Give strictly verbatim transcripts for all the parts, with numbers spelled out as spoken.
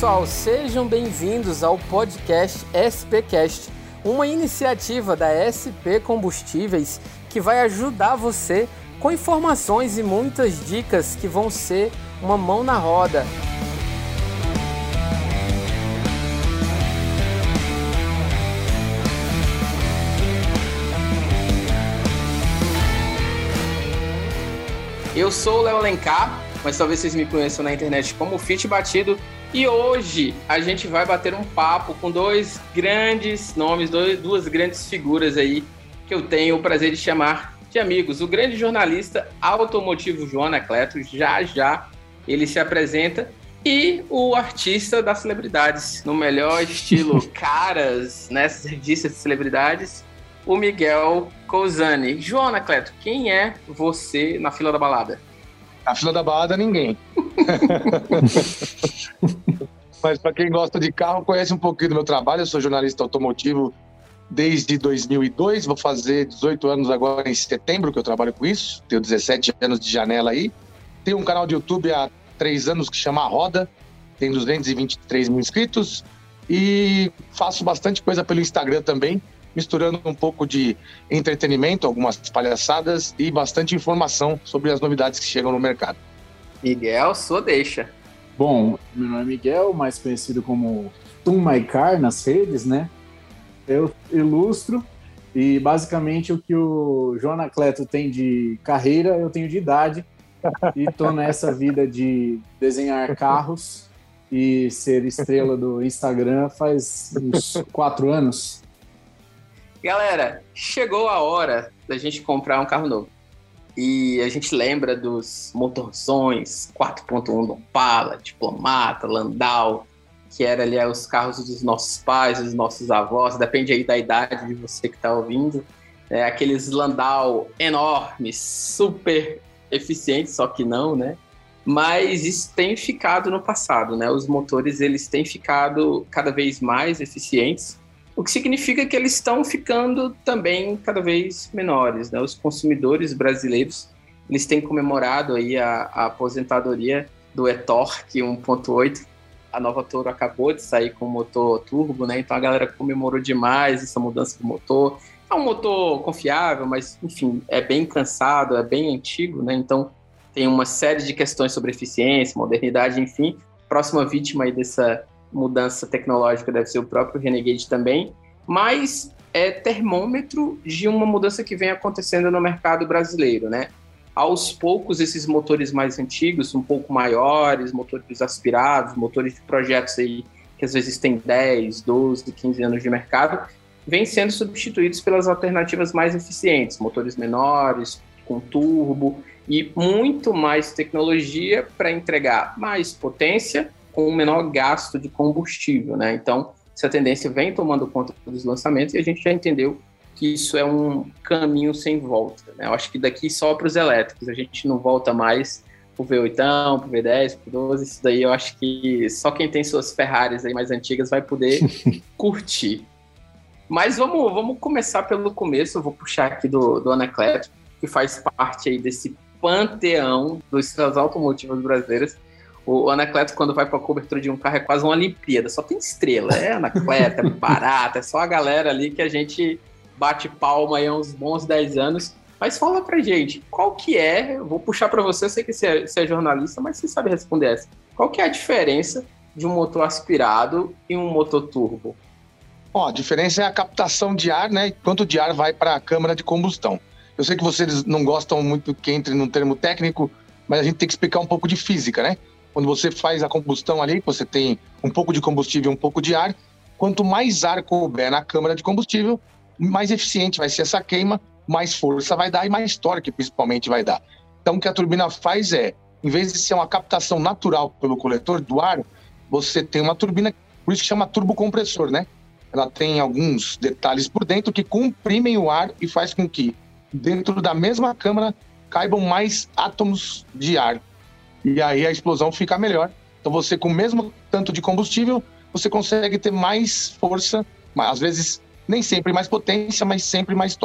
pessoal, sejam bem-vindos ao podcast SPcast, uma iniciativa da S P Combustíveis que vai ajudar você com informações e muitas dicas que vão ser uma mão na roda. Eu sou o Léo Alencar, mas talvez vocês me conheçam na internet como Fit Batido, e hoje a gente vai bater um papo com dois grandes nomes, dois, duas grandes figuras aí que eu tenho o prazer de chamar de amigos. O grande jornalista automotivo João Anacleto, já já ele se apresenta, e o artista das celebridades, no melhor estilo caras, nessas revistas de celebridades, o Miguel Cousani. João Anacleto, quem é você na fila da balada? Na fila da balada, ninguém. Mas para quem gosta de carro, conhece um pouquinho do meu trabalho. Eu sou jornalista automotivo desde dois mil e dois. Vou fazer dezoito anos agora em setembro que eu trabalho com isso. Tenho dezessete anos de janela aí. Tenho um canal de YouTube há três anos que chama A Roda. Tem duzentos e vinte e três mil inscritos. E faço bastante coisa pelo Instagram também, misturando um pouco de entretenimento, algumas palhaçadas e bastante informação sobre as novidades que chegam no mercado. Miguel, sua deixa. Bom, meu nome é Miguel, mais conhecido como Tum My Car nas redes, né? Eu ilustro e basicamente o que o João Anacleto tem de carreira, eu tenho de idade e tô nessa vida de desenhar carros e ser estrela do Instagram faz uns quatro anos. Galera, chegou a hora da gente comprar um carro novo. E a gente lembra dos motorzões quatro ponto um do Opala, Diplomata, Landau, que era ali os carros dos nossos pais, dos nossos avós, depende aí da idade de você que está ouvindo. É, aqueles Landau enormes, super eficientes, só que não, né? Mas isso tem ficado no passado, né? Os motores, eles têm ficado cada vez mais eficientes, o que significa que eles estão ficando também cada vez menores, né? Os consumidores brasileiros, eles têm comemorado aí a, a aposentadoria do e-Torque um ponto oito. A nova Toro acabou de sair com o motor turbo, né? Então a galera comemorou demais essa mudança do motor. É um motor confiável, mas, enfim, é bem cansado, é bem antigo, né? Então tem uma série de questões sobre eficiência, modernidade, enfim. Próxima vítima aí dessa mudança tecnológica deve ser o próprio Renegade também, mas é termômetro de uma mudança que vem acontecendo no mercado brasileiro, né? Aos poucos, esses motores mais antigos, um pouco maiores, motores aspirados, motores de projetos aí que às vezes têm dez, doze, quinze anos de mercado, vêm sendo substituídos pelas alternativas mais eficientes, motores menores, com turbo e muito mais tecnologia para entregar mais potência com um menor gasto de combustível, né? Então, essa tendência vem tomando conta dos lançamentos e a gente já entendeu que isso é um caminho sem volta, né? Eu acho que daqui só para os elétricos, a gente não volta mais pro V oito, pro V dez, pro doze, isso daí eu acho que só quem tem suas Ferraris aí mais antigas vai poder curtir. Mas vamos, vamos começar pelo começo, eu vou puxar aqui do, do Anacleto, que faz parte aí desse panteão dos estrelas automotivas brasileiras. O Anacleto, quando vai para a cobertura de um carro, é quase uma Olimpíada. Só tem estrela, é Anacleto, é Barata, é só a galera ali que a gente bate palma aí há uns bons dez anos. Mas fala pra gente, qual que é, eu vou puxar para você, eu sei que você é, você é jornalista, mas você sabe responder essa. Qual que é a diferença de um motor aspirado e um motor turbo? Ó, a diferença é a captação de ar, né? Quanto de ar vai para a câmara de combustão. Eu sei que vocês não gostam muito que entre no termo técnico, mas a gente tem que explicar um pouco de física, né? Quando você faz a combustão ali, você tem um pouco de combustível e um pouco de ar. Quanto mais ar couber na câmara de combustível, mais eficiente vai ser essa queima, mais força vai dar e mais torque, principalmente, vai dar. Então, o que a turbina faz é, em vez de ser uma captação natural pelo coletor do ar, você tem uma turbina, por isso que chama turbocompressor, né? Ela tem alguns detalhes por dentro que comprimem o ar e faz com que, dentro da mesma câmara, caibam mais átomos de ar. E aí a explosão fica melhor. Então você, com o mesmo tanto de combustível, você consegue ter mais força, às vezes nem sempre mais potência, mas sempre mais torque.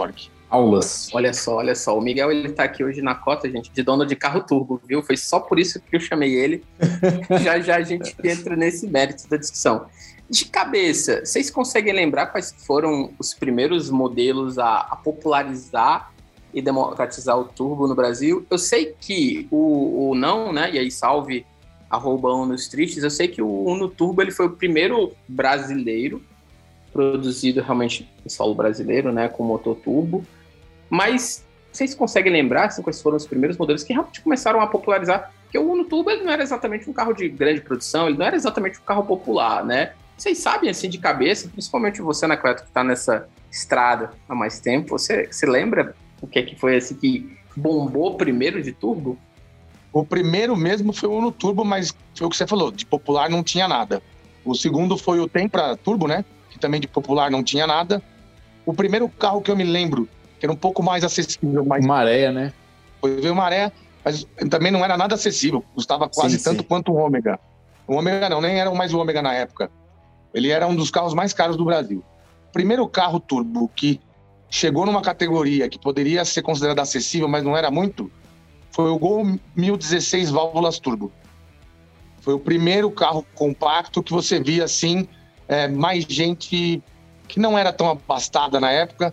Aulas. Olha só, olha só. O Miguel, ele tá aqui hoje na cota, gente, de dono de carro turbo, viu? Foi só por isso que eu chamei ele. Já já a gente entra nesse mérito da discussão. De cabeça, vocês conseguem lembrar quais foram os primeiros modelos a, a popularizar e democratizar o turbo no Brasil? Eu sei que o, o não, né? E aí salve arroba Uno Streets, eu sei que o Uno Turbo ele foi o primeiro brasileiro produzido realmente em solo brasileiro, né? Com motor turbo. Mas vocês conseguem lembrar assim, quais foram os primeiros modelos que realmente começaram a popularizar? Porque o Uno Turbo ele não era exatamente um carro de grande produção, ele não era exatamente um carro popular, né? Vocês sabem, assim, de cabeça, principalmente você, Anacleto, que está nessa estrada há mais tempo, você, você lembra o que é que foi, assim, que bombou primeiro de turbo? O primeiro mesmo foi o Uno Turbo, mas foi o que você falou, de popular não tinha nada. O segundo foi o Tempra Turbo, né? Que também de popular não tinha nada. O primeiro carro que eu me lembro, que era um pouco mais acessível. Mais... Maré, né? Foi ver o Maré, mas também não era nada acessível. Custava quase sim, tanto sim. quanto o Ômega. O Ômega não, nem era mais o Ômega na época. Ele era um dos carros mais caros do Brasil. O primeiro carro turbo que chegou numa categoria que poderia ser considerado acessível, mas não era muito, foi o Gol mil e dezesseis válvulas turbo. Foi o primeiro carro compacto que você via, assim, é, mais gente que não era tão abastada na época,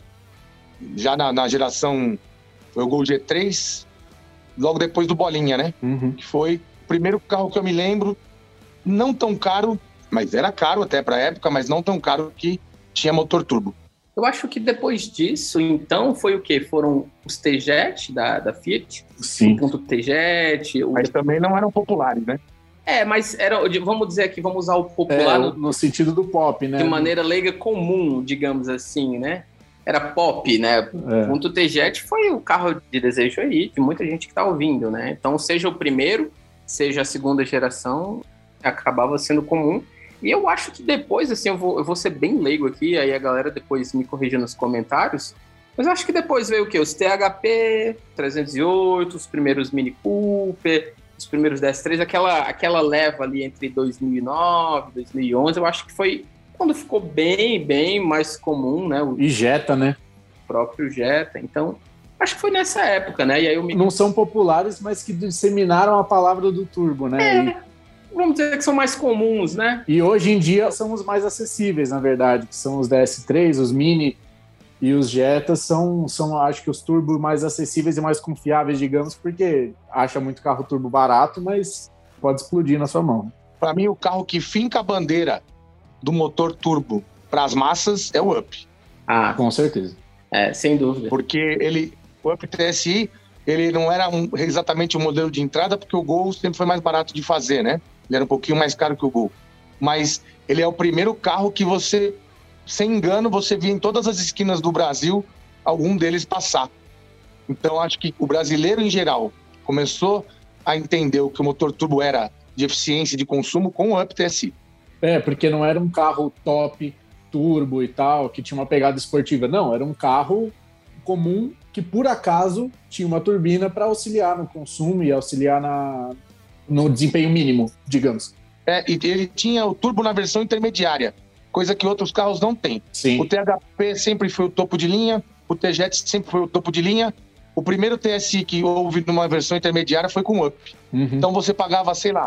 já na, na geração, foi o Gol G três, logo depois do Bolinha, né? Uhum. Que foi o primeiro carro que eu me lembro, não tão caro, mas era caro até para a época, mas não tão caro que tinha motor turbo. Eu acho que depois disso, então, foi o quê? Foram os T-Jet da, da Fiat? Sim. O ponto T-Jet. O... Mas também não eram populares, né? É, mas era, vamos dizer aqui, vamos usar o popular... É, no, no sentido do pop, né? De maneira leiga comum, digamos assim, né? Era pop, né? É. O ponto T-Jet foi o carro de desejo aí, de muita gente que está ouvindo, né? Então, seja o primeiro, seja a segunda geração, acabava sendo comum. E eu acho que depois, assim, eu vou, eu vou ser bem leigo aqui, aí a galera depois me corrija nos comentários, mas eu acho que depois veio o quê? Os T H P trezentos e oito, os primeiros Mini Cooper, os primeiros D S três, aquela, aquela leva ali entre dois mil e nove, dois mil e onze, eu acho que foi quando ficou bem, bem mais comum, né? O e Jetta, né? próprio Jetta, então... Acho que foi nessa época, né? E aí eu me... Não são populares, mas que disseminaram a palavra do turbo, né? É. E... Vamos dizer que são mais comuns, né? E hoje em dia são os mais acessíveis, na verdade, que são os D S três, os Mini e os Jetta são, são, acho que os turbo mais acessíveis e mais confiáveis, digamos, porque acha muito carro turbo barato, mas pode explodir na sua mão. Para mim, o carro que finca a bandeira do motor turbo para as massas é o Up. Ah, com certeza. É, sem dúvida. Porque ele, o Up T S I, ele não era um, exatamente o um modelo de entrada, porque o Gol sempre foi mais barato de fazer, né? Ele era um pouquinho mais caro que o Gol. Mas ele é o primeiro carro que você, sem engano, você via em todas as esquinas do Brasil algum deles passar. Então, acho que o brasileiro, em geral, começou a entender o que o motor turbo era de eficiência de consumo com o Up T S I. É, porque não era um carro top, turbo e tal, que tinha uma pegada esportiva. Não, era um carro comum que, por acaso, tinha uma turbina para auxiliar no consumo e auxiliar na... no desempenho mínimo, digamos. É, e ele tinha o turbo na versão intermediária, coisa que outros carros não têm. Sim. O T H P sempre foi o topo de linha, o T-Jet sempre foi o topo de linha. O primeiro T S I que houve numa versão intermediária foi com o Up. Uhum. Então você pagava, sei lá,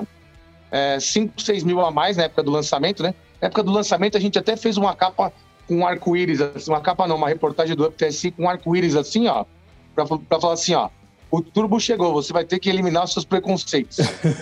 é, cinco, seis mil a mais na época do lançamento, né? Na época do lançamento a gente até fez uma capa com um arco-íris, uma capa não, uma reportagem do Up T S I com um arco-íris assim, ó, pra, pra falar assim, ó, o turbo chegou, você vai ter que eliminar os seus preconceitos.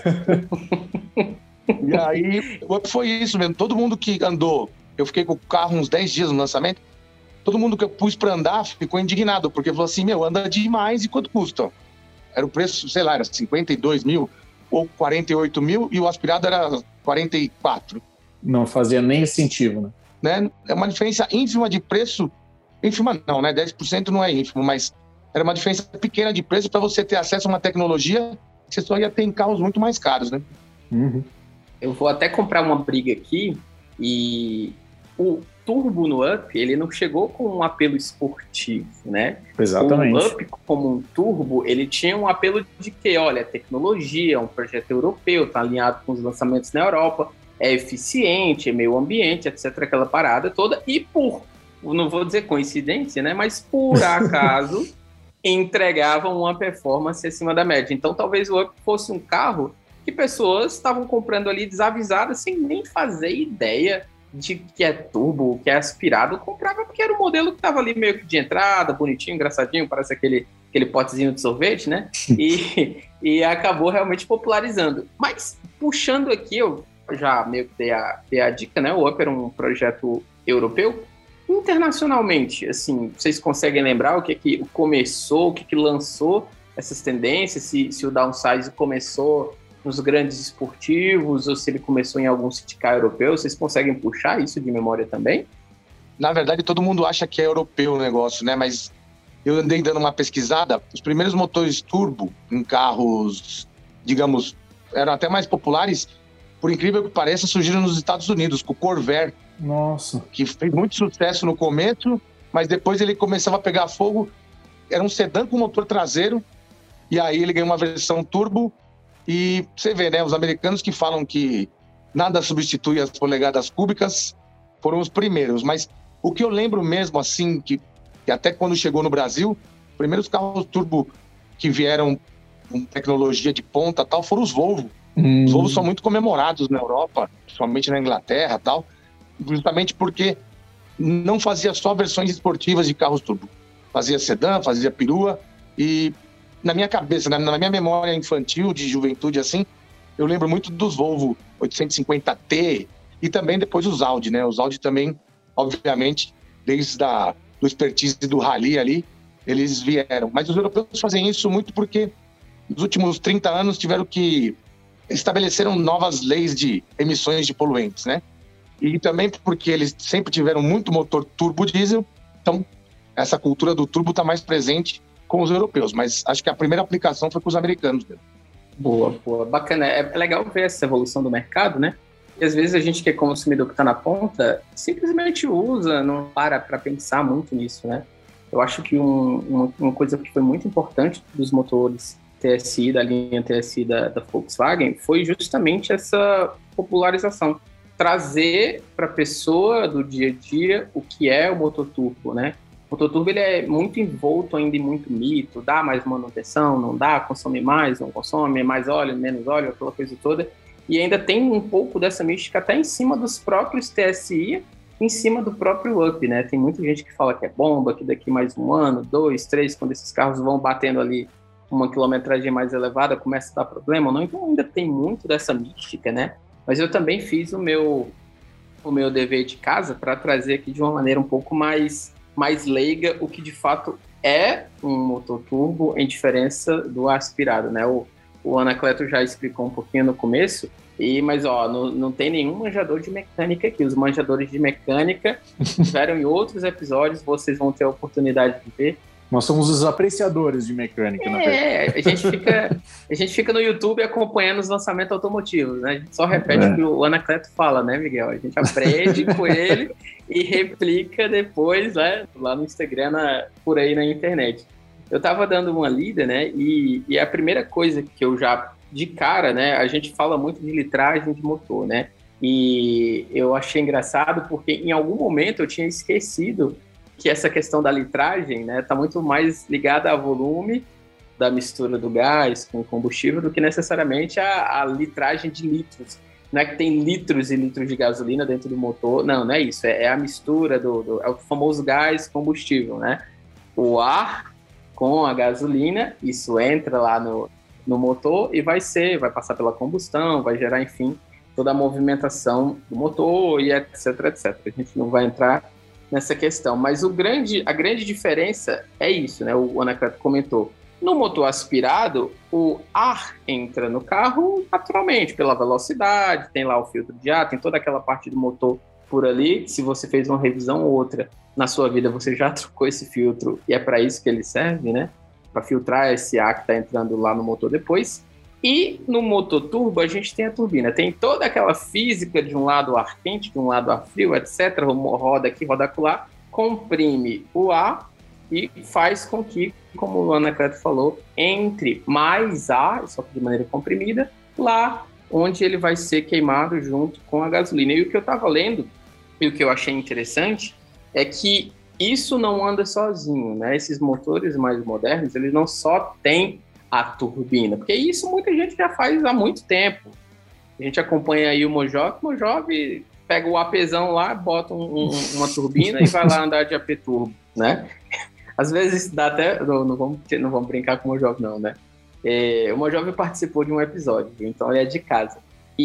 E aí, foi isso mesmo. Todo mundo que andou, eu fiquei com o carro uns dez dias no lançamento, todo mundo que eu pus pra andar ficou indignado, porque falou assim, meu, anda demais e quanto custa? Era o preço, sei lá, era cinquenta e dois mil ou quarenta e oito mil e o aspirado era quarenta e quatro. Não fazia nem incentivo, né? né? É uma diferença ínfima de preço, ínfima não, né? dez por cento não é ínfimo, mas era uma diferença pequena de preço para você ter acesso a uma tecnologia que você só ia ter em carros muito mais caros, né? Uhum. Eu vou até comprar uma briga aqui e o turbo no Up, ele não chegou com um apelo esportivo, né? Exatamente. O Up como um turbo, ele tinha um apelo de que, olha, tecnologia, um projeto europeu, tá alinhado com os lançamentos na Europa, é eficiente, é meio ambiente, etcétera, aquela parada toda, e por não vou dizer coincidência, né? Mas por acaso entregavam uma performance acima da média. Então talvez o Up fosse um carro que pessoas estavam comprando ali desavisadas, sem nem fazer ideia de que é turbo, que é aspirado. Comprava porque era o modelo que estava ali meio que de entrada, bonitinho, engraçadinho, parece aquele, aquele potezinho de sorvete, né? E, e acabou realmente popularizando. Mas puxando aqui, eu já meio que dei a, dei a dica, né? O Up era um projeto europeu. Internacionalmente, assim, vocês conseguem lembrar o que que começou, o que que lançou essas tendências? Se, se o downsize começou nos grandes esportivos ou se ele começou em algum city car europeu, vocês conseguem puxar isso de memória também? Na verdade, todo mundo acha que é europeu o negócio, né? Mas eu andei dando uma pesquisada, os primeiros motores turbo em carros, digamos, eram até mais populares, por incrível que pareça, surgiram nos Estados Unidos, com o Corvair. Nossa. Que fez muito sucesso no começo, mas depois ele começava a pegar fogo. Era um sedã com motor traseiro, e aí ele ganhou uma versão turbo. E você vê, né? Os americanos que falam que nada substitui as polegadas cúbicas foram os primeiros. Mas o que eu lembro mesmo, assim, que, que até quando chegou no Brasil, os primeiros carros turbo que vieram com tecnologia de ponta tal foram os Volvo. Hum. Os Volvo são muito comemorados na Europa, principalmente na Inglaterra tal, justamente porque não fazia só versões esportivas de carros turbo. Fazia sedã, fazia perua e na minha cabeça, na minha memória infantil, de juventude assim, eu lembro muito dos Volvo oitocentos e cinquenta T e também depois os Audi, né? Os Audi também, obviamente, desde a, do expertise do rally ali, eles vieram. Mas os europeus fazem isso muito porque nos últimos trinta anos tiveram que estabeleceram novas leis de emissões de poluentes, né? E também porque eles sempre tiveram muito motor turbo diesel, então essa cultura do turbo está mais presente com os europeus, mas acho que a primeira aplicação foi com os americanos mesmo. Boa, boa, bacana. É legal ver essa evolução do mercado, né? E às vezes a gente que é consumidor que está na ponta, simplesmente usa, não para para pensar muito nisso, né? Eu acho que um, uma, uma coisa que foi muito importante dos motores T S I, da linha T S I da, da Volkswagen, foi justamente essa popularização. Trazer para a pessoa do dia a dia o que é o motor turbo, né? O motor turbo ele é muito envolto ainda em muito mito, dá mais manutenção, não dá, consome mais, não consome, mais óleo, menos óleo, aquela coisa toda. E ainda tem um pouco dessa mística até em cima dos próprios T S I, em cima do próprio Up, né? Tem muita gente que fala que é bomba, que daqui mais um ano, dois, três, quando esses carros vão batendo ali uma quilometragem mais elevada, começa a dar problema, não? Então ainda tem muito dessa mística, né? Mas eu também fiz o meu, o meu dever de casa para trazer aqui de uma maneira um pouco mais, mais leiga o que de fato é um motor turbo em diferença do aspirado, né? O, o Anacleto já explicou um pouquinho no começo, e, mas ó, não, não tem nenhum manjador de mecânica aqui. Os manjadores de mecânica tiveram em outros episódios, vocês vão ter a oportunidade de ver. Nós somos os apreciadores de mecânica, é, na verdade. É, a gente, fica, a gente fica no YouTube acompanhando os lançamentos automotivos, né? A gente só repete é. o que o Anacleto fala, né, Miguel? A gente aprende com ele e replica depois, né, lá no Instagram, na, por aí na internet. Eu tava dando uma lida, né, e, e a primeira coisa que eu já, de cara, né, a gente fala muito de litragem de motor, né? E eu achei engraçado porque em algum momento eu tinha esquecido que essa questão da litragem, né, tá muito mais ligada ao volume da mistura do gás com o combustível do que necessariamente a, a litragem de litros. Não é que tem litros e litros de gasolina dentro do motor, não, não é isso, é, é a mistura do, do é o famoso gás combustível, né? O ar com a gasolina, isso entra lá no, no motor e vai ser, vai passar pela combustão, vai gerar, enfim, toda a movimentação do motor e etc, etcétera. A gente não vai entrar nessa questão, mas o grande, a grande diferença é isso, né? O Anacleto comentou. No motor aspirado, o ar entra no carro naturalmente, pela velocidade, tem lá o filtro de ar, tem toda aquela parte do motor por ali. Se você fez uma revisão ou outra na sua vida, você já trocou esse filtro e é para isso que ele serve, né? Para filtrar esse ar que está entrando lá no motor depois. E no motor turbo, a gente tem a turbina. Tem toda aquela física de um lado ar quente, de um lado ar frio, etcétera. Roda aqui, roda acolá, comprime o ar e faz com que, como o Anacleto falou, entre mais ar, só que de maneira comprimida, lá onde ele vai ser queimado junto com a gasolina. E o que eu estava lendo, e o que eu achei interessante, é que isso não anda sozinho, né? Esses motores mais modernos, eles não só têm a turbina, porque isso muita gente já faz há muito tempo. A gente acompanha aí o Mojove, o Mojove pega o APzão lá, bota um, um, uma turbina e vai lá andar de A P turbo, né? Às vezes dá até... Não, não, vamos, não vamos brincar com o Mojove não, né? É, o Mojove participou de um episódio, então ele é de casa.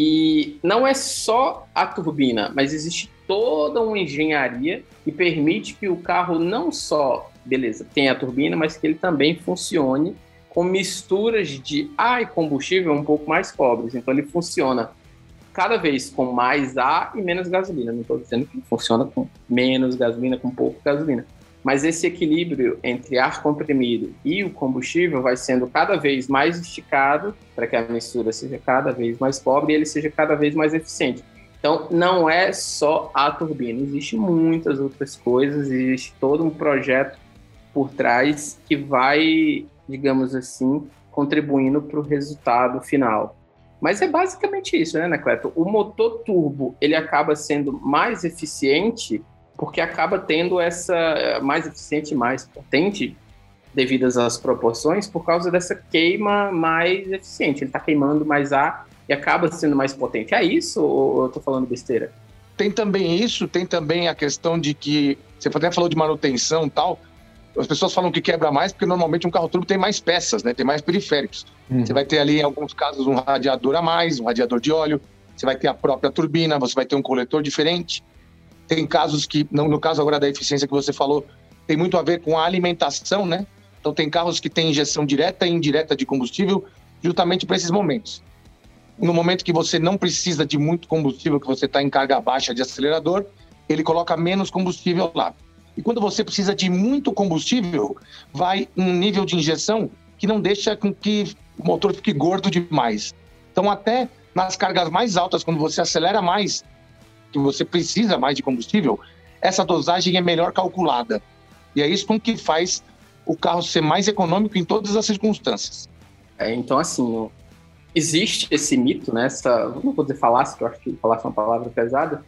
E não é só a turbina, mas existe toda uma engenharia que permite que o carro não só, beleza, tenha a turbina, mas que ele também funcione com misturas de ar e combustível um pouco mais pobres. Então ele funciona cada vez com mais ar e menos gasolina. Não estou dizendo que funciona com menos gasolina, com pouco gasolina. Mas esse equilíbrio entre ar comprimido e o combustível vai sendo cada vez mais esticado para que a mistura seja cada vez mais pobre e ele seja cada vez mais eficiente. Então, não é só a turbina, existem muitas outras coisas, existe todo um projeto por trás que vai, digamos assim, contribuindo para o resultado final. Mas é basicamente isso, né, Anacleto? O motor turbo, ele acaba sendo mais eficiente porque acaba tendo essa mais eficiente, mais potente, devido às proporções, por causa dessa queima mais eficiente. Ele está queimando mais ar e acaba sendo mais potente. É isso ou eu estou falando besteira? Tem também isso, tem também a questão de que, você até falou de manutenção e tal, as pessoas falam que quebra mais porque normalmente um carro turbo tem mais peças, né? Tem mais periféricos. Uhum. Você vai ter ali, em alguns casos, um radiador a mais, um radiador de óleo, você vai ter a própria turbina, você vai ter um coletor diferente. Tem casos que, no caso agora da eficiência que você falou, tem muito a ver com a alimentação, né? Então tem carros que têm injeção direta e indireta de combustível justamente para esses momentos. No momento que você não precisa de muito combustível, que você está em carga baixa de acelerador, ele coloca menos combustível lá. E quando você precisa de muito combustível, vai um nível de injeção que não deixa com que o motor fique gordo demais. Então até nas cargas mais altas, quando você acelera mais, que você precisa mais de combustível, essa dosagem é melhor calculada. E é isso com que faz o carro ser mais econômico em todas as circunstâncias. É, então, assim, existe esse mito, né? Essa, não vou dizer falácia, que eu acho que falácia é uma palavra pesada,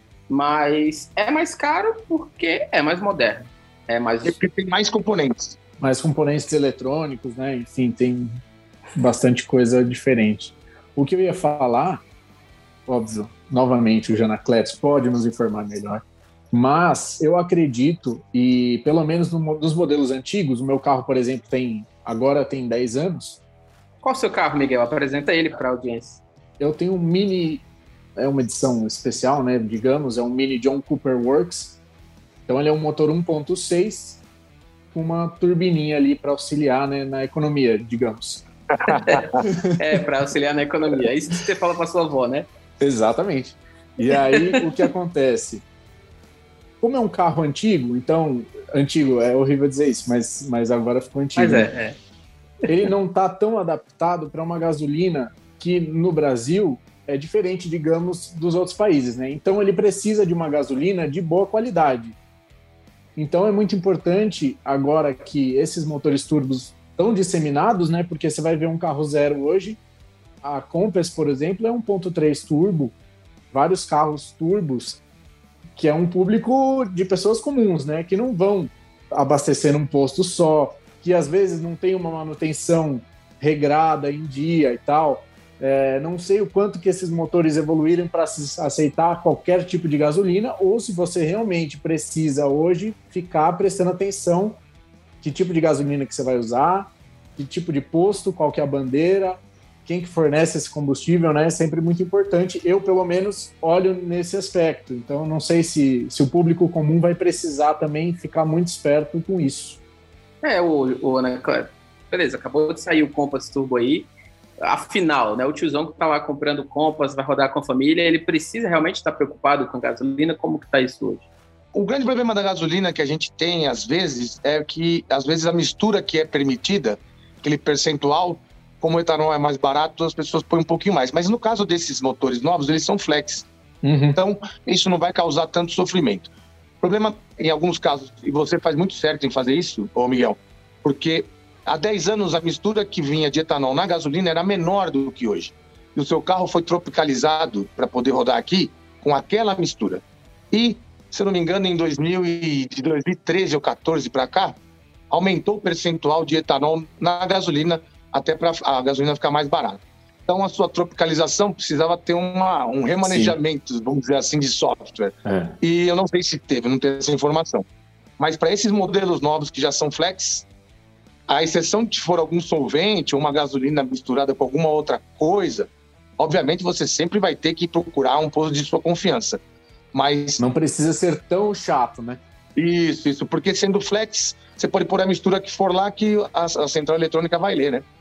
mas é mais caro porque é mais moderno. É mais... É porque tem mais componentes. Mais componentes eletrônicos, né? Enfim, tem bastante coisa diferente. O que eu ia falar, óbvio, novamente o Janacletos pode nos informar melhor, mas eu acredito, e pelo menos no, nos modelos antigos, o meu carro, por exemplo, tem agora tem dez anos. Qual o seu carro, Miguel? Apresenta ele para a audiência. Eu tenho um Mini, é uma edição especial, né, digamos, é um Mini John Cooper Works. Então ele é um motor um ponto seis com uma turbininha ali para auxiliar, né, na economia, digamos. É, para auxiliar na economia. É isso que você fala para sua avó, né? Exatamente. E aí, o que acontece? Como é um carro antigo, então... Antigo, é horrível dizer isso, mas, mas agora ficou antigo. Mas é, né? é. Ele não está tão adaptado para uma gasolina que, no Brasil, é diferente, digamos, dos outros países, né? Então, ele precisa de uma gasolina de boa qualidade. Então, é muito importante, agora que esses motores turbos estão disseminados, né? Porque você vai ver um carro zero hoje, a Compass, por exemplo, é um ponto três turbo, vários carros turbos, que é um público de pessoas comuns, né? Que não vão abastecer num posto só, que às vezes não tem uma manutenção regrada em dia e tal. É, não sei o quanto que esses motores evoluíram para aceitar qualquer tipo de gasolina, ou se você realmente precisa hoje ficar prestando atenção que tipo de gasolina que você vai usar, que tipo de posto, qual que é a bandeira, quem que fornece esse combustível, né? É sempre muito importante. Eu, pelo menos, olho nesse aspecto. Então, não sei se, se o público comum vai precisar também ficar muito esperto com isso. É, o, o né, beleza, acabou de sair o Compass Turbo aí. Afinal, né, o tiozão que tá lá comprando o Compass, vai rodar com a família, ele precisa realmente estar preocupado com gasolina? Como que tá isso hoje? O grande problema da gasolina que a gente tem, às vezes, é que, às vezes, a mistura que é permitida, aquele percentual, como o etanol é mais barato, as pessoas põem um pouquinho mais. Mas no caso desses motores novos, eles são flex. Uhum. Então, isso não vai causar tanto sofrimento. O problema, em alguns casos, e você faz muito certo em fazer isso, ô Miguel, porque há dez anos a mistura que vinha de etanol na gasolina era menor do que hoje. E o seu carro foi tropicalizado para poder rodar aqui com aquela mistura. E se eu não me engano, em dois mil e, de dois mil e treze ou quatorze para cá, aumentou o percentual de etanol na gasolina até para a gasolina ficar mais barata. Então, a sua tropicalização precisava ter uma, um remanejamento, Sim. vamos dizer assim, de software. É. E eu não sei se teve, não tenho essa informação. Mas para esses modelos novos que já são flex, a exceção de for algum solvente ou uma gasolina misturada com alguma outra coisa, obviamente você sempre vai ter que procurar um posto de sua confiança. Mas não precisa ser tão chato, né? Isso, isso. Porque sendo flex, você pode pôr a mistura que for lá que a, a central eletrônica vai ler, né?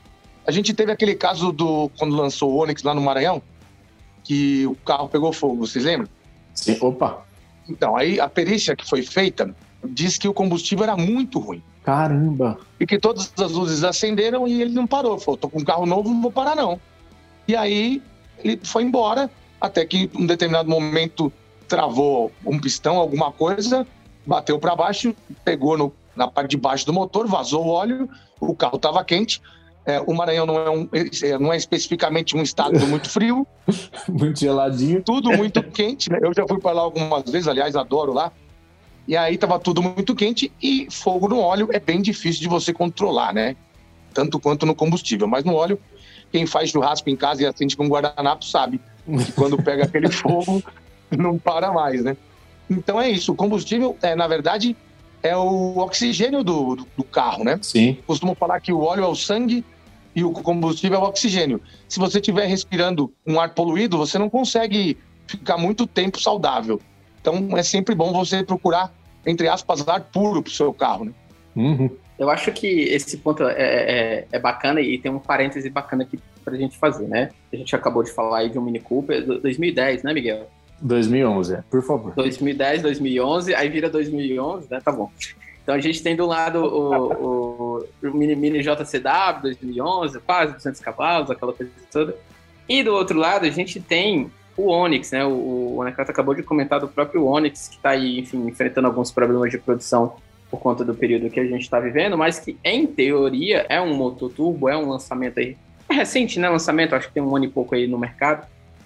A gente teve aquele caso do quando lançou o Onix lá no Maranhão, que o carro pegou fogo, vocês lembram? Sim, opa. Então, aí a perícia que foi feita diz que o combustível era muito ruim. Caramba! E que todas as luzes acenderam e ele não parou. Falou, tô com um carro novo, não vou parar não. E aí ele foi embora, até que em um determinado momento travou um pistão, alguma coisa, bateu para baixo, pegou no, na parte de baixo do motor, vazou o óleo, o carro estava quente. É, o Maranhão não é, um, não é especificamente um estado muito frio. Muito geladinho. Tudo muito quente, né? Eu já fui para lá algumas vezes, aliás, adoro lá. E aí estava tudo muito quente e fogo no óleo é bem difícil de você controlar, né? Tanto quanto no combustível. Mas no óleo, quem faz churrasco em casa e acende com guardanapo sabe que quando pega aquele fogo, não para mais, né? Então é isso. O combustível, é, na verdade, é o oxigênio do, do, do carro, né? Sim. Costumo falar que o óleo é o sangue e o combustível é o oxigênio. Se você estiver respirando um ar poluído, você não consegue ficar muito tempo saudável. Então é sempre bom você procurar, entre aspas, ar puro para o seu carro, né? Uhum. Eu acho que esse ponto é, é, é bacana e tem um parêntese bacana aqui pra gente fazer, né? A gente acabou de falar aí de um Mini Cooper dois mil e dez, né, Miguel? dois mil e onze, por favor. dois mil e dez, dois mil e onze, aí vira dois mil e onze, né? Tá bom. Então a gente tem do lado o, o, o Mini, Mini J C W dois mil e onze, quase duzentos cavalos, aquela coisa toda. E do outro lado a gente tem o Onix, né? O, o Anacleto acabou de comentar do próprio Onix, que está aí, enfim, enfrentando alguns problemas de produção por conta do período que a gente está vivendo, mas que, em teoria, é um motor turbo, é um lançamento aí, é recente, né? Lançamento, acho que tem um ano e pouco aí no mercado,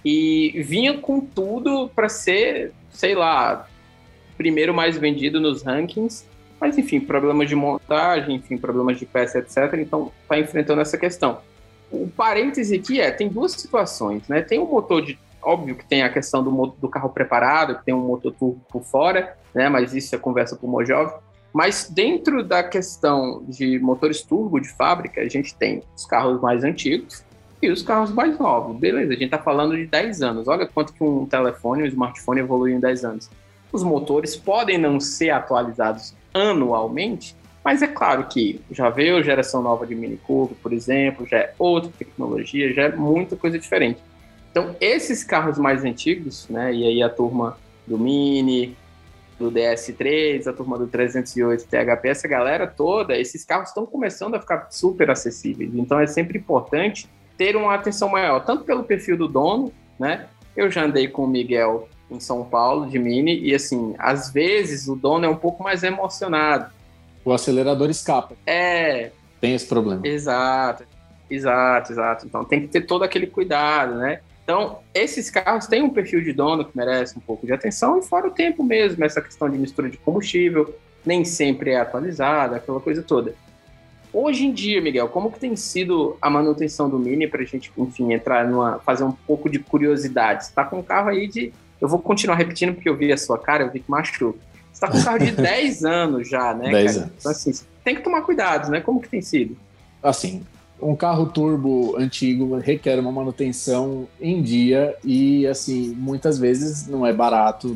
e vinha com tudo para ser, sei lá, primeiro mais vendido nos rankings, mas, enfim, problemas de montagem, enfim, problemas de peça, etcétera. Então, está enfrentando essa questão. O parêntese aqui é, tem duas situações, né? Tem um motor de, óbvio que tem a questão do, do carro preparado, que tem um motor turbo por fora, né? Mas isso é conversa para o Mojove. Mas dentro da questão de motores turbo de fábrica, a gente tem os carros mais antigos e os carros mais novos. Beleza, a gente está falando de dez anos. Olha quanto que um telefone, um smartphone evoluiu em dez anos. Os motores podem não ser atualizados anualmente, mas é claro que já veio a geração nova de Mini Cooper, por exemplo, já é outra tecnologia, já é muita coisa diferente. Então, esses carros mais antigos, né, e aí a turma do Mini, do D S três, a turma do trezentos e oito T H P, essa galera toda, esses carros estão começando a ficar super acessíveis. Então, é sempre importante ter uma atenção maior, tanto pelo perfil do dono, né? Eu já andei com o Miguel em São Paulo, de Mini, e assim, às vezes o dono é um pouco mais emocionado. O acelerador escapa. É. Tem esse problema. Exato, exato, exato. Então tem que ter todo aquele cuidado, né? Então, esses carros têm um perfil de dono que merece um pouco de atenção, e fora o tempo mesmo, essa questão de mistura de combustível, nem sempre é atualizada, aquela coisa toda. Hoje em dia, Miguel, como que tem sido a manutenção do Mini pra gente, enfim, entrar numa, fazer um pouco de curiosidade? Você tá com um carro aí de... Eu vou continuar repetindo porque eu vi a sua cara, eu vi que machuca. Você tá com um carro de dez anos já, né, dez cara? anos. Então, assim, tem que tomar cuidado, né? Como que tem sido? Assim, um carro turbo antigo requer uma manutenção em dia e, assim, muitas vezes não é barato.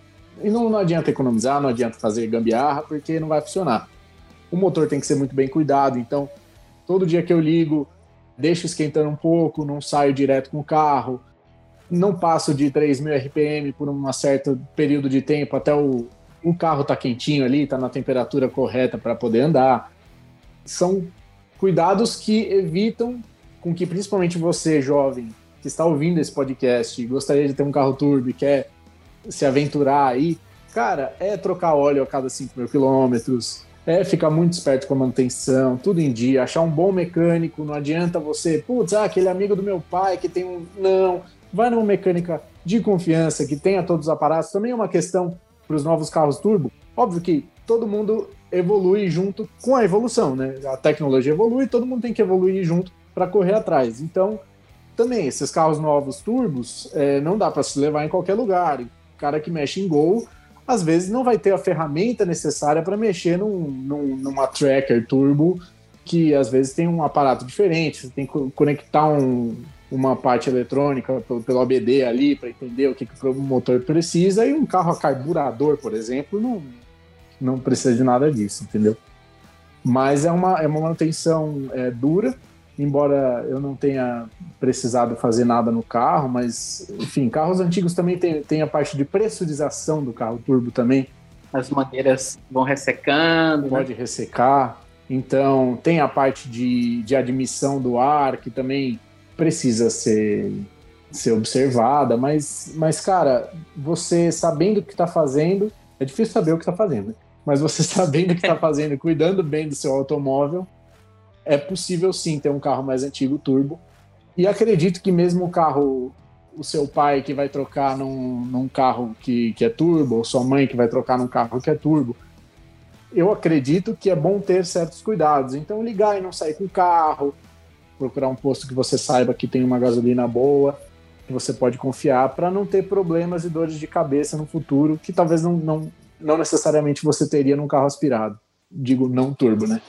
E não, não adianta economizar, não adianta fazer gambiarra, porque não vai funcionar. O motor tem que ser muito bem cuidado, então, todo dia que eu ligo, deixo esquentando um pouco, não saio direto com o carro, não passo de três mil R P M por um certo período de tempo até o, o carro tá quentinho ali, tá na temperatura correta para poder andar. São cuidados que evitam com que, principalmente você, jovem, que está ouvindo esse podcast e gostaria de ter um carro turbo e quer se aventurar aí, cara, é trocar óleo a cada cinco mil quilômetros, é ficar muito esperto com a manutenção, tudo em dia, achar um bom mecânico. Não adianta você, putz, ah, aquele amigo do meu pai que tem um... Não, vai numa mecânica de confiança, que tenha todos os aparatos. Também é uma questão para os novos carros turbo, óbvio que todo mundo evolui junto com a evolução, né? A tecnologia evolui, todo mundo tem que evoluir junto para correr atrás. Então, também, esses carros novos turbos, é, não dá para se levar em qualquer lugar. O cara que mexe em Gol, às vezes não vai ter a ferramenta necessária para mexer num, num, numa tracker turbo, que às vezes tem um aparato diferente, você tem que conectar um, uma parte eletrônica pelo, pelo O B D ali para entender o que, que o motor precisa, e um carro a carburador, por exemplo, não, não precisa de nada disso, entendeu? Mas é uma, é uma manutenção é, dura, embora eu não tenha precisado fazer nada no carro, mas, enfim, carros antigos também tem, tem a parte de pressurização do carro turbo também. As mangueiras vão ressecando. Pode né? ressecar. Então, tem a parte de, de admissão do ar, que também precisa ser, ser observada, mas, mas, cara, você sabendo o que está fazendo, é difícil saber o que está fazendo, né? Mas você sabendo o que está fazendo e cuidando bem do seu automóvel, é possível sim ter um carro mais antigo turbo. E acredito que mesmo o carro, o seu pai que vai trocar num, num carro que, que é turbo, ou sua mãe que vai trocar num carro que é turbo, eu acredito que é bom ter certos cuidados. Então, ligar e não sair com o carro, procurar um posto que você saiba que tem uma gasolina boa, que você pode confiar, para não ter problemas e dores de cabeça no futuro, que talvez não, não, não necessariamente você teria num carro aspirado. Digo, não turbo, né?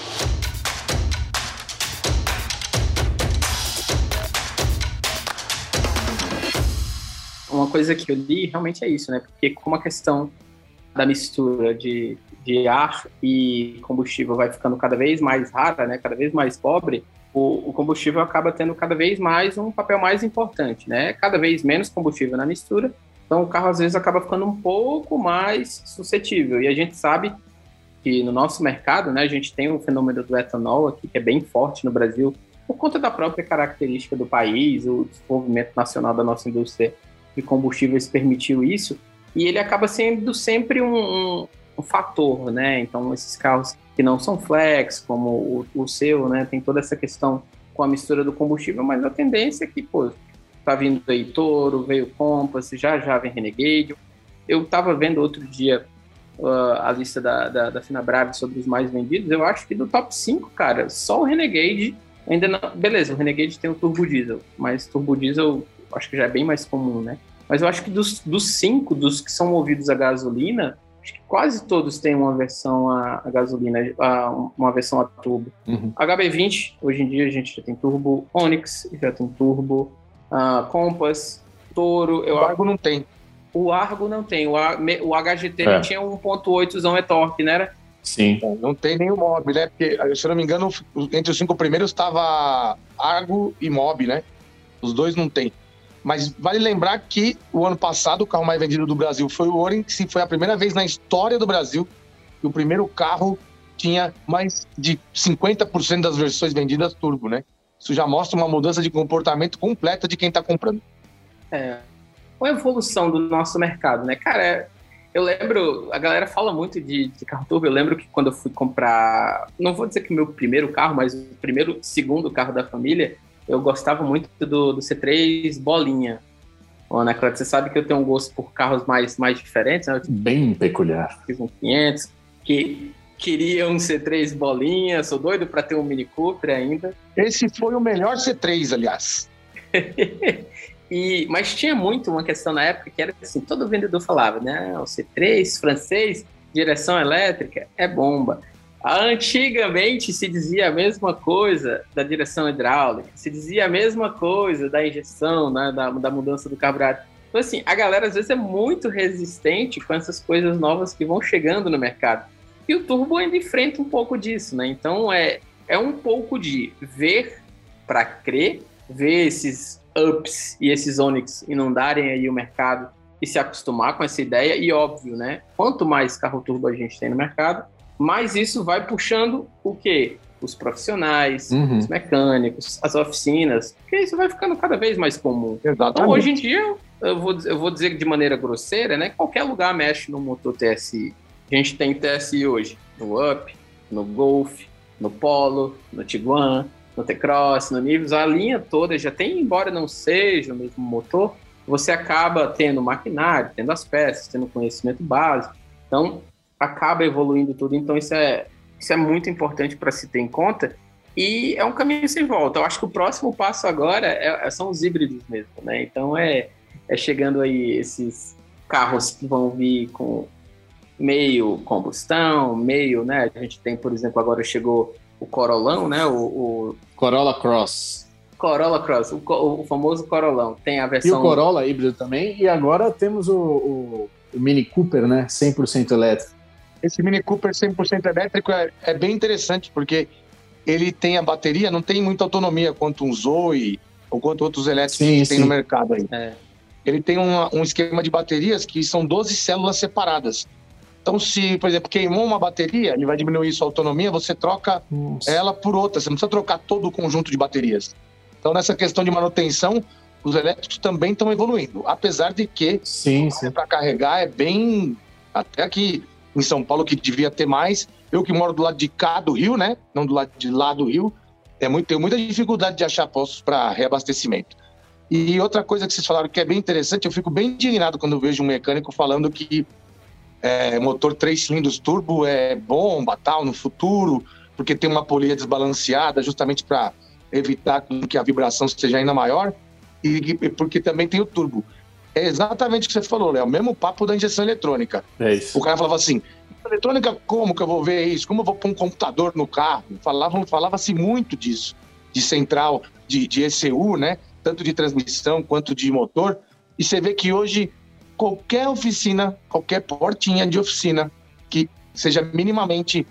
Uma coisa que eu li realmente é isso, né? Porque como a questão da mistura de, de ar e combustível vai ficando cada vez mais rara, né? Cada vez mais pobre, o, o combustível acaba tendo cada vez mais um papel mais importante, né? Cada vez menos combustível na mistura, então o carro às vezes acaba ficando um pouco mais suscetível. E a gente sabe que no nosso mercado, né, a gente tem um fenômeno do etanol aqui que é bem forte no Brasil, por conta da própria característica do país, o desenvolvimento nacional da nossa indústria de combustíveis permitiu isso, e ele acaba sendo sempre um, um, um fator, né? Então, esses carros que não são flex, como o, o seu, né? Tem toda essa questão com a mistura do combustível, mas a tendência é que, pô, tá vindo aí Toro, veio Compass, já já vem Renegade. Eu tava vendo outro dia uh, a lista da, da, da Finabrave sobre os mais vendidos, eu acho que do top cinco, cara, só o Renegade ainda não... Beleza, o Renegade tem o turbo diesel, mas turbo diesel acho que já é bem mais comum, né? Mas eu acho que dos, dos cinco, dos que são movidos a gasolina, acho que quase todos têm uma versão a, a gasolina, a, uma versão a turbo. Uhum. H B vinte, hoje em dia a gente já tem turbo, Onix já tem turbo, uh, Compass, Toro... Eu, o Argo não tem. O Argo não tem, o, a, o H G T é. tinha um ponto oitozão e-torque, né? Era? Sim. Não tem nenhum Mob, né? Porque, se eu não me engano, entre os cinco primeiros estava Argo e Mob, né? Os dois não tem. Mas vale lembrar que o ano passado o carro mais vendido do Brasil foi o Onix, e foi a primeira vez na história do Brasil que o primeiro carro tinha mais de cinquenta por cento das versões vendidas turbo, né? Isso já mostra uma mudança de comportamento completa de quem está comprando. É, uma evolução do nosso mercado, né? Cara, eu lembro, a galera fala muito de, de carro turbo, eu lembro que quando eu fui comprar, não vou dizer que o meu primeiro carro, mas o primeiro, segundo carro da família, eu gostava muito do, do C três bolinha. Bom, né, Cláudio, você sabe que eu tenho um gosto por carros mais, mais diferentes, né? Eu bem peculiar. Fiz um quinhentos, que queria um C três bolinha, sou doido para ter um Mini Cooper ainda. Esse foi o melhor C três, aliás. e, mas tinha muito uma questão na época que era assim, todo vendedor falava, né? O C três francês, direção elétrica, é bomba. Antigamente se dizia a mesma coisa da direção hidráulica, se dizia a mesma coisa da injeção, né, da, da mudança do carburador. Então, assim, a galera às vezes é muito resistente com essas coisas novas que vão chegando no mercado. E o turbo ainda enfrenta um pouco disso, né? Então, é, é um pouco de ver para crer, ver esses ups e esses Onix inundarem aí o mercado e se acostumar com essa ideia. E, óbvio, né? Quanto mais carro turbo a gente tem no mercado, mas isso vai puxando o quê? Os profissionais, uhum. os mecânicos, as oficinas, porque isso vai ficando cada vez mais comum. Exatamente. Então, hoje em dia, eu vou, eu vou dizer de maneira grosseira, né? Qualquer lugar mexe no motor T S I. A gente tem T S I hoje no Up, no Golf, no Polo, no Tiguan, no T-Cross, no Nivus. A linha toda já tem, embora não seja o mesmo motor, você acaba tendo maquinário, tendo as peças, tendo conhecimento básico, então acaba evoluindo tudo, então isso é, isso é muito importante para se ter em conta, e é um caminho sem volta. Eu acho que o próximo passo agora é, são os híbridos mesmo, né? Então é, é chegando aí esses carros que vão vir com meio combustão, meio, né? A gente tem, por exemplo, agora chegou o Corolão, né? O, o... Corolla Cross. Corolla Cross, o, o famoso Corolão. Tem a versão... E o Corolla híbrido também, e agora temos o, o, o Mini Cooper, né? cem por cento elétrico. Esse Mini Cooper cem por cento elétrico é, é bem interessante, porque ele tem a bateria, não tem muita autonomia quanto um Zoe ou quanto outros elétricos sim, que sim. tem no mercado aí. É. Ele tem uma, um esquema de baterias que são doze células separadas. Então, se, por exemplo, queimou uma bateria, ele vai diminuir sua autonomia, você troca Nossa. ela por outra. Você não precisa trocar todo o conjunto de baterias. Então, nessa questão de manutenção, os elétricos também estão evoluindo. Apesar de que, para carregar, é bem... Até aqui em São Paulo, que devia ter mais. Eu que moro do lado de cá do Rio, né? Não do lado de lá do Rio. É muito, tenho muita dificuldade de achar postos para reabastecimento. E outra coisa que vocês falaram que é bem interessante, eu fico bem indignado quando eu vejo um mecânico falando que é, motor três cilindros turbo é bomba, tal, no futuro, porque tem uma polia desbalanceada, justamente para evitar que a vibração seja ainda maior, e porque também tem o turbo. É exatamente o que você falou, Léo, o mesmo papo da injeção eletrônica. É isso. O cara falava assim, eletrônica, como que eu vou ver isso? Como eu vou pôr um computador no carro? Falavam, falava-se muito disso, de central, de, de E C U, né? Tanto de transmissão quanto de motor. E você vê que hoje, qualquer oficina, qualquer portinha de oficina que seja minimamente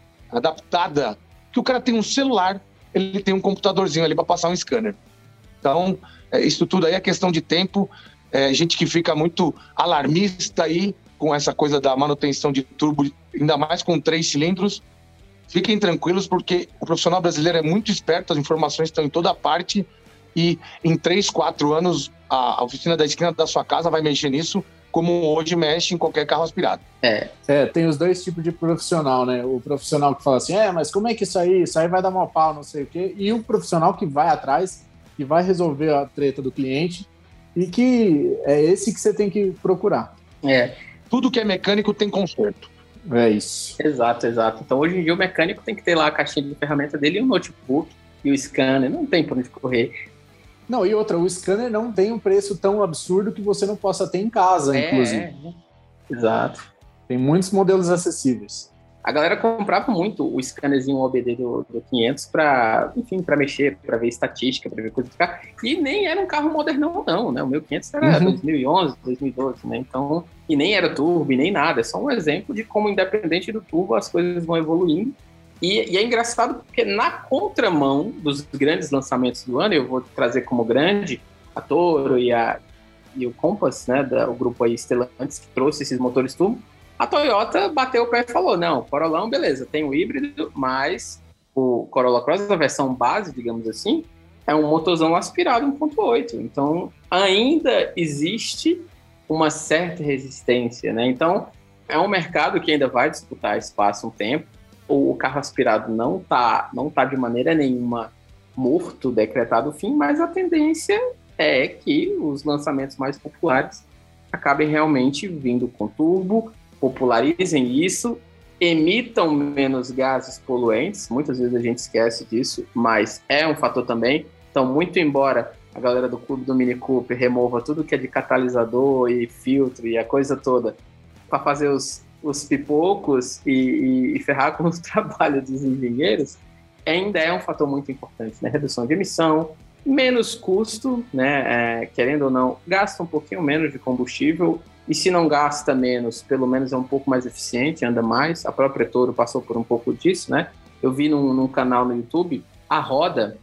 adaptada, que o cara tem um celular, ele tem um computadorzinho ali para passar um scanner. Então, isso tudo aí é questão de tempo. É, gente que fica muito alarmista aí com essa coisa da manutenção de turbo, ainda mais com três cilindros. Fiquem tranquilos, porque o profissional brasileiro é muito esperto, as informações estão em toda parte, e em três, quatro anos, a oficina da esquina da sua casa vai mexer nisso, como hoje mexe em qualquer carro aspirado. É, é, tem os dois tipos de profissional, né? O profissional que fala assim, é, mas como é que isso aí, isso aí vai dar mal pau, não sei o quê, e o profissional que vai atrás, que vai resolver a treta do cliente, e que é esse que você tem que procurar. É. Tudo que é mecânico tem conserto. É isso. Exato, exato. Então, hoje em dia, o mecânico tem que ter lá a caixinha de ferramenta dele e o notebook e o scanner. Não tem por onde correr. Não, e outra, o scanner não tem um preço tão absurdo que você não possa ter em casa, é, inclusive. É. Exato. Tem muitos modelos acessíveis. A galera comprava muito o scannerzinho O B D do, do quinhentos para, enfim, para mexer, para ver estatística, para ver coisa do carro. E nem era um carro modernão, não, né? O meu quinhentos era uhum. dois mil e onze, dois mil e doze, né? Então, e nem era turbo, e nem nada. É só um exemplo de como, independente do turbo, as coisas vão evoluindo. E, e é engraçado porque, na contramão dos grandes lançamentos do ano, eu vou trazer como grande a Toro e, a, e o Compass, né? Da, o grupo aí Stellantis, que trouxe esses motores turbo. A Toyota bateu o pé e falou, não, Corolão, beleza, tem o híbrido, mas o Corolla Cross, a versão base, digamos assim, é um motorzão aspirado um ponto oito. Então, ainda existe uma certa resistência, né? Então, é um mercado que ainda vai disputar espaço um tempo. O carro aspirado não está não tá de maneira nenhuma morto, decretado o fim, mas a tendência é que os lançamentos mais populares acabem realmente vindo com turbo, popularizem isso, emitam menos gases poluentes, muitas vezes a gente esquece disso, mas é um fator também. Então, muito embora a galera do clube do Mini Cooper remova tudo que é de catalisador e filtro e a coisa toda para fazer os, os pipocos e, e, e ferrar com os trabalhos dos engenheiros, ainda é um fator muito importante, né? Redução de emissão, menos custo, né? É, querendo ou não, gasta um pouquinho menos de combustível. E se não gasta menos, pelo menos é um pouco mais eficiente, anda mais. A própria Toro passou por um pouco disso, né? Eu vi num, num canal no YouTube, a roda,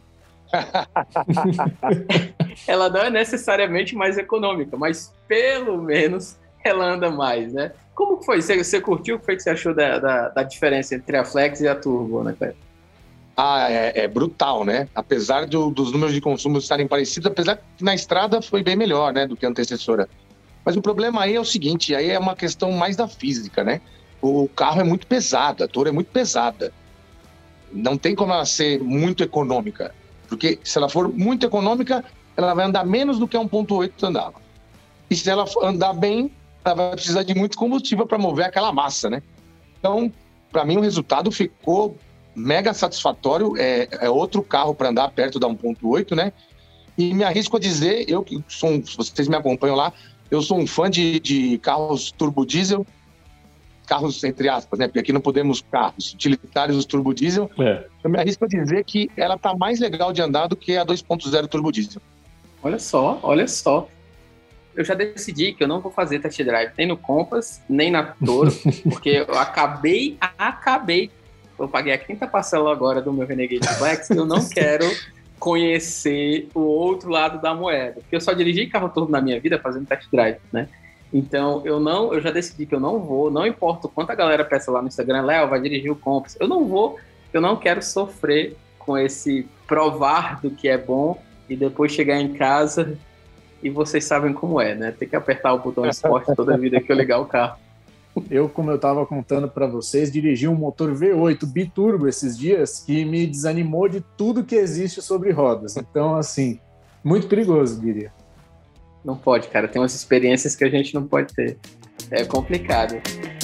ela não é necessariamente mais econômica, mas pelo menos ela anda mais, né? Como foi? Você, você curtiu? O que foi que você achou da, da, da diferença entre a Flex e a Turbo, né, Cleber? Ah, é, é brutal, né? Apesar do, dos números de consumo estarem parecidos, apesar que na estrada foi bem melhor, né, do que a antecessora. Mas o problema aí é o seguinte, aí é uma questão mais da física, né? O carro é muito pesado, a Toro é muito pesada. Não tem como ela ser muito econômica, porque se ela for muito econômica, ela vai andar menos do que a um ponto oito andava. e se ela andar bem, ela vai precisar de muito combustível para mover aquela massa, né? Então, para mim, o resultado ficou mega satisfatório. É, é outro carro para andar perto da um ponto oito, né? E me arrisco a dizer, eu que sou um, vocês me acompanham lá, eu sou um fã de, de carros turbo diesel, carros entre aspas, né? Porque aqui não podemos carros utilitários turbo diesel. É. Eu me arrisco a dizer que ela tá mais legal de andar do que a dois ponto zero turbo diesel. Olha só, olha só. Eu já decidi que eu não vou fazer test drive nem no Compass, nem na Toro, porque eu acabei, acabei, eu paguei a quinta parcela agora do meu Renegade Flex, eu não quero conhecer o outro lado da moeda, porque eu só dirigi carro turbo na minha vida fazendo test drive, né? Então, eu não, eu já decidi que eu não vou, não importa o quanto a galera peça lá no Instagram, Léo, vai dirigir o Compass, eu não vou, eu não quero sofrer com esse provar do que é bom e depois chegar em casa e vocês sabem como é, né? Tem que apertar o botão esporte toda a vida que eu ligar o carro. Eu, como eu estava contando para vocês, dirigi um motor V oito biturbo esses dias que me desanimou de tudo que existe sobre rodas. Então, assim, muito perigoso, diria. Não pode, cara. Tem umas experiências que a gente não pode ter. É complicado.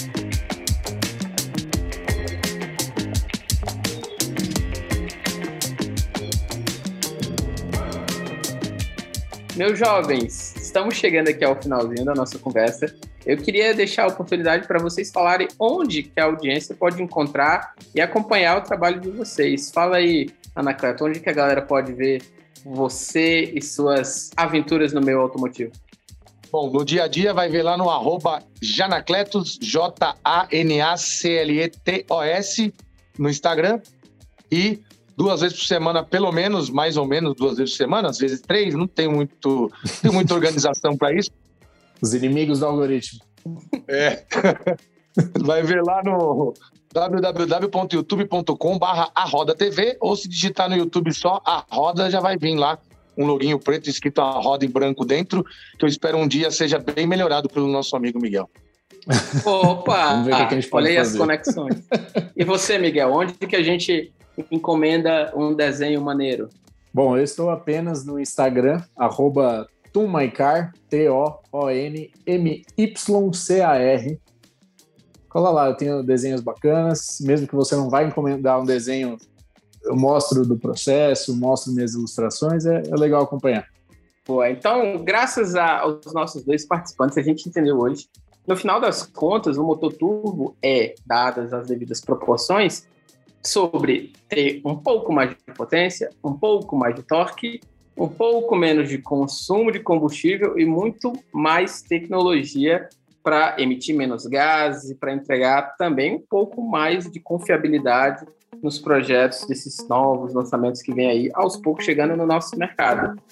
Meus jovens, estamos chegando aqui ao finalzinho da nossa conversa. Eu queria deixar a oportunidade para vocês falarem onde que a audiência pode encontrar e acompanhar o trabalho de vocês. Fala aí, Anacleto, onde que a galera pode ver você e suas aventuras no meio automotivo? Bom, no dia a dia vai ver lá no arroba Janacletos, J A N A C L E T O S, no Instagram. E duas vezes por semana, pelo menos, mais ou menos duas vezes por semana, às vezes três, não tem muito, tem muita organização para isso. Os inimigos do algoritmo. É. Vai ver lá no w w w ponto youtube ponto com barra a roda t v, ou se digitar no YouTube só a roda, já vai vir lá um loguinho preto escrito a roda em branco dentro, que eu espero um dia seja bem melhorado pelo nosso amigo Miguel. Opa! Vamos ver o que a gente pode olha aí fazer. As conexões. E você, Miguel, onde que a gente encomenda um desenho maneiro? Bom, eu estou apenas no Instagram, arroba TonMyCar, T O O N M Y C A R. Cola lá, eu tenho desenhos bacanas, mesmo que você não vai encomendar um desenho, eu mostro do processo, mostro minhas ilustrações, é, é legal acompanhar. Pô, então, graças a, aos nossos dois participantes, a gente entendeu hoje, no final das contas, o motor turbo é, dadas as devidas proporções, sobre ter um pouco mais de potência, um pouco mais de torque, um pouco menos de consumo de combustível e muito mais tecnologia para emitir menos gases e para entregar também um pouco mais de confiabilidade nos projetos desses novos lançamentos que vem aí, aos poucos chegando no nosso mercado.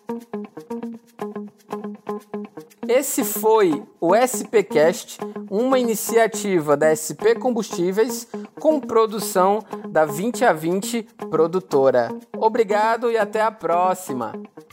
Esse foi o SPcast, uma iniciativa da S P Combustíveis com produção da vinte a vinte Produtora. Obrigado e até a próxima!